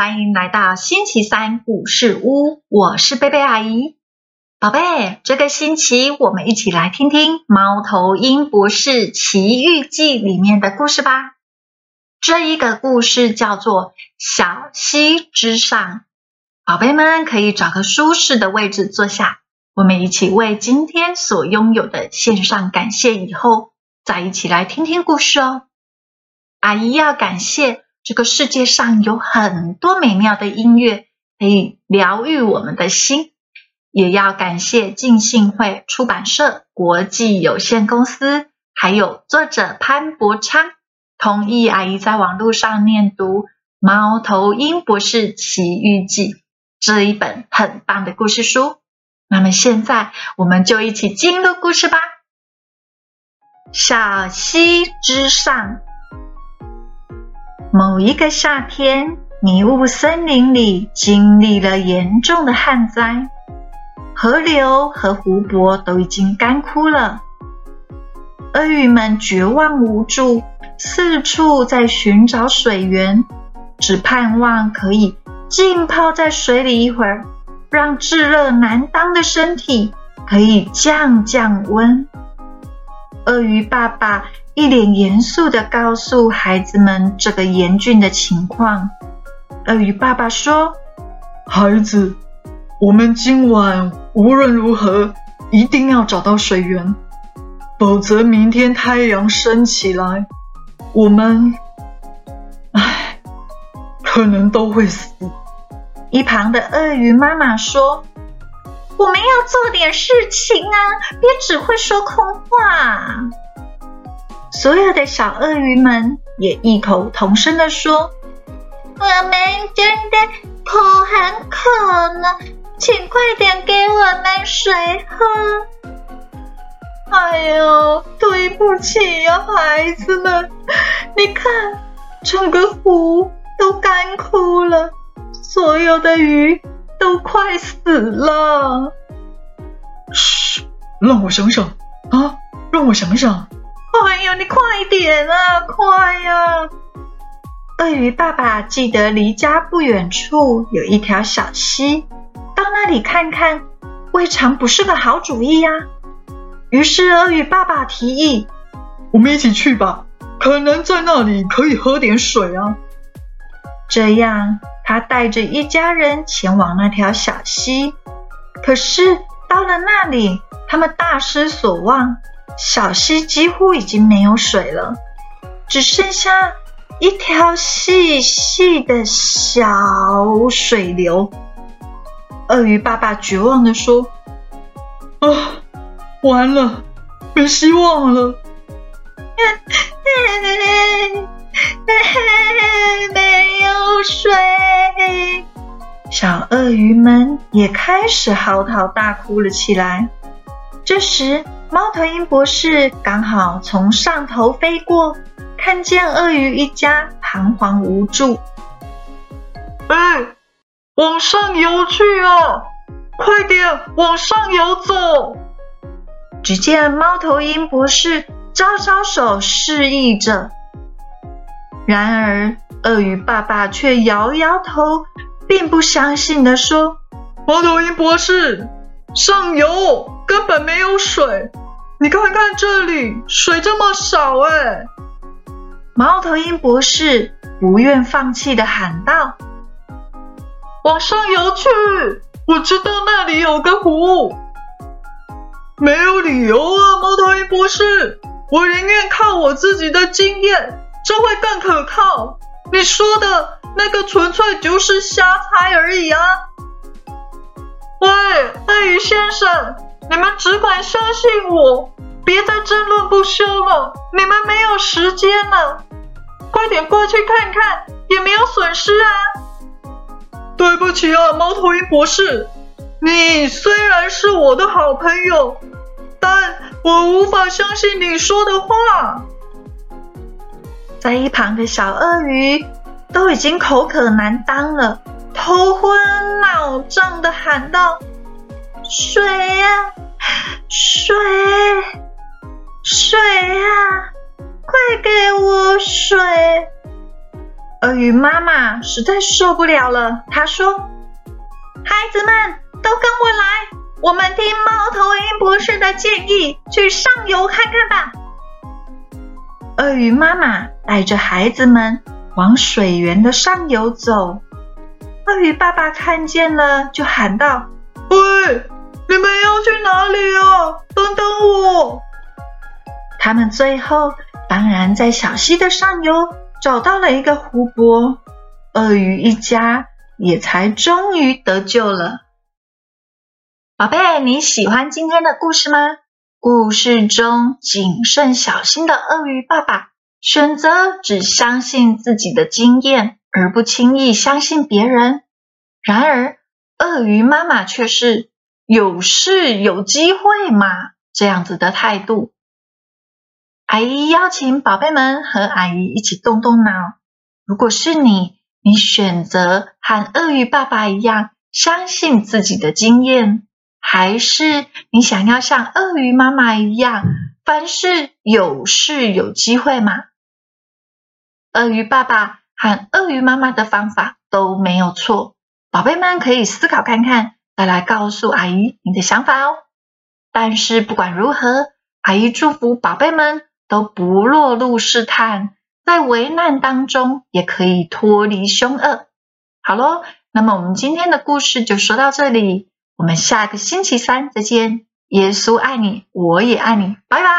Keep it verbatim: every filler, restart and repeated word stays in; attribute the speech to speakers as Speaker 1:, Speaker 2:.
Speaker 1: 欢迎来到星期三故事屋，我是贝贝阿姨。宝贝，这个星期我们一起来听听猫头鹰博士奇遇记里面的故事吧。这一个故事叫做小溪之上。宝贝们可以找个舒适的位置坐下，我们一起为今天所拥有的献上感谢，以后再一起来听听故事哦。阿姨要感谢这个世界上有很多美妙的音乐可以疗愈我们的心，也要感谢浸信会出版社国际有限公司，还有作者潘伯昌同意阿姨在网络上念读《猫头鹰博士奇遇记》这一本很棒的故事书。那么现在我们就一起进入故事吧。小溪之上。某一个夏天，迷雾森林里经历了严重的旱灾，河流和湖泊都已经干枯了。鳄鱼们绝望无助，四处在寻找水源，只盼望可以浸泡在水里一会儿，让炙热难当的身体可以降降温。鳄鱼爸爸一脸严肃地告诉孩子们这个严峻的情况。鳄鱼爸爸说：
Speaker 2: 孩子，我们今晚无论如何一定要找到水源，否则明天太阳升起来，我们唉，可能都会死。
Speaker 1: 一旁的鳄鱼妈妈说：我们要做点事情啊，别只会说空话。所有的小鳄鱼们也异口同声地说：我们真的口很渴呢，请快点给我们水喝。哎呦，对不起呀，孩子们，你看，整个湖都干枯了，所有的鱼都快死了。
Speaker 2: 嘘，让我想想啊，让我想想。
Speaker 1: 哎呀，你快点啊，快呀！鳄鱼爸爸记得离家不远处有一条小溪，到那里看看，未尝不是个好主意呀。于是鳄鱼爸爸提议：
Speaker 2: 我们一起去吧，可能在那里可以喝点水啊。
Speaker 1: 这样，他带着一家人前往那条小溪。可是到了那里，他们大失所望，小溪几乎已经没有水了，只剩下一条细细的小水流。鳄鱼爸爸绝望地说：
Speaker 2: 啊，完了，没希望了。
Speaker 1: 没有水。小鳄鱼们也开始嚎啕大哭了起来。这时猫头鹰博士刚好从上头飞过，看见鳄鱼一家彷徨无助。
Speaker 2: 哎，往上游去啊，快点往上游走。
Speaker 1: 只见猫头鹰博士招招手示意着，然而鳄鱼爸爸却摇摇头，并不相信地说：
Speaker 2: 猫头鹰博士，上游根本没有水，你看看这里，水这么少哎！
Speaker 1: 猫头鹰博士不愿放弃地喊道：
Speaker 2: 往上游去，我知道那里有个湖。没有理由啊，猫头鹰博士，我宁愿靠我自己的经验，这会更可靠。你说的那个纯粹就是瞎猜而已啊！喂，鳄鱼先生，你们只管相信我，别再争论不休了，你们没有时间了，快点过去看看，也没有损失啊。对不起啊，猫头鹰博士，你虽然是我的好朋友，但我无法相信你说的话。
Speaker 1: 在一旁的小鳄鱼都已经口渴难当了，头昏脑胀地喊道：水呀，水，水呀，快给我水！ 鳄鱼妈妈实在受不了了，她说：孩子们都跟我来，我们听猫头鹰博士的建议，去上游看看吧。鳄鱼妈妈带着孩子们往水源的上游走，鳄鱼爸爸看见了就喊道：
Speaker 2: 喂，你们要去哪里啊？等等我！
Speaker 1: 他们最后当然在小溪的上游找到了一个湖泊，鳄鱼一家也才终于得救了。宝贝，你喜欢今天的故事吗？故事中谨慎小心的鳄鱼爸爸选择只相信自己的经验，而不轻易相信别人。然而鳄鱼妈妈却是有事有机会嘛，这样子的态度。阿姨邀请宝贝们和阿姨一起动动脑，如果是你，你选择和鳄鱼爸爸一样相信自己的经验，还是你想要像鳄鱼妈妈一样，凡事有事有机会嘛？鳄鱼爸爸和鳄鱼妈妈的方法都没有错，宝贝们可以思考看看，再来告诉阿姨你的想法哦。但是不管如何，阿姨祝福宝贝们都不落入试探，在危难当中也可以脱离凶恶。好咯，那么我们今天的故事就说到这里，我们下个星期三再见。耶稣爱你，我也爱你，拜拜。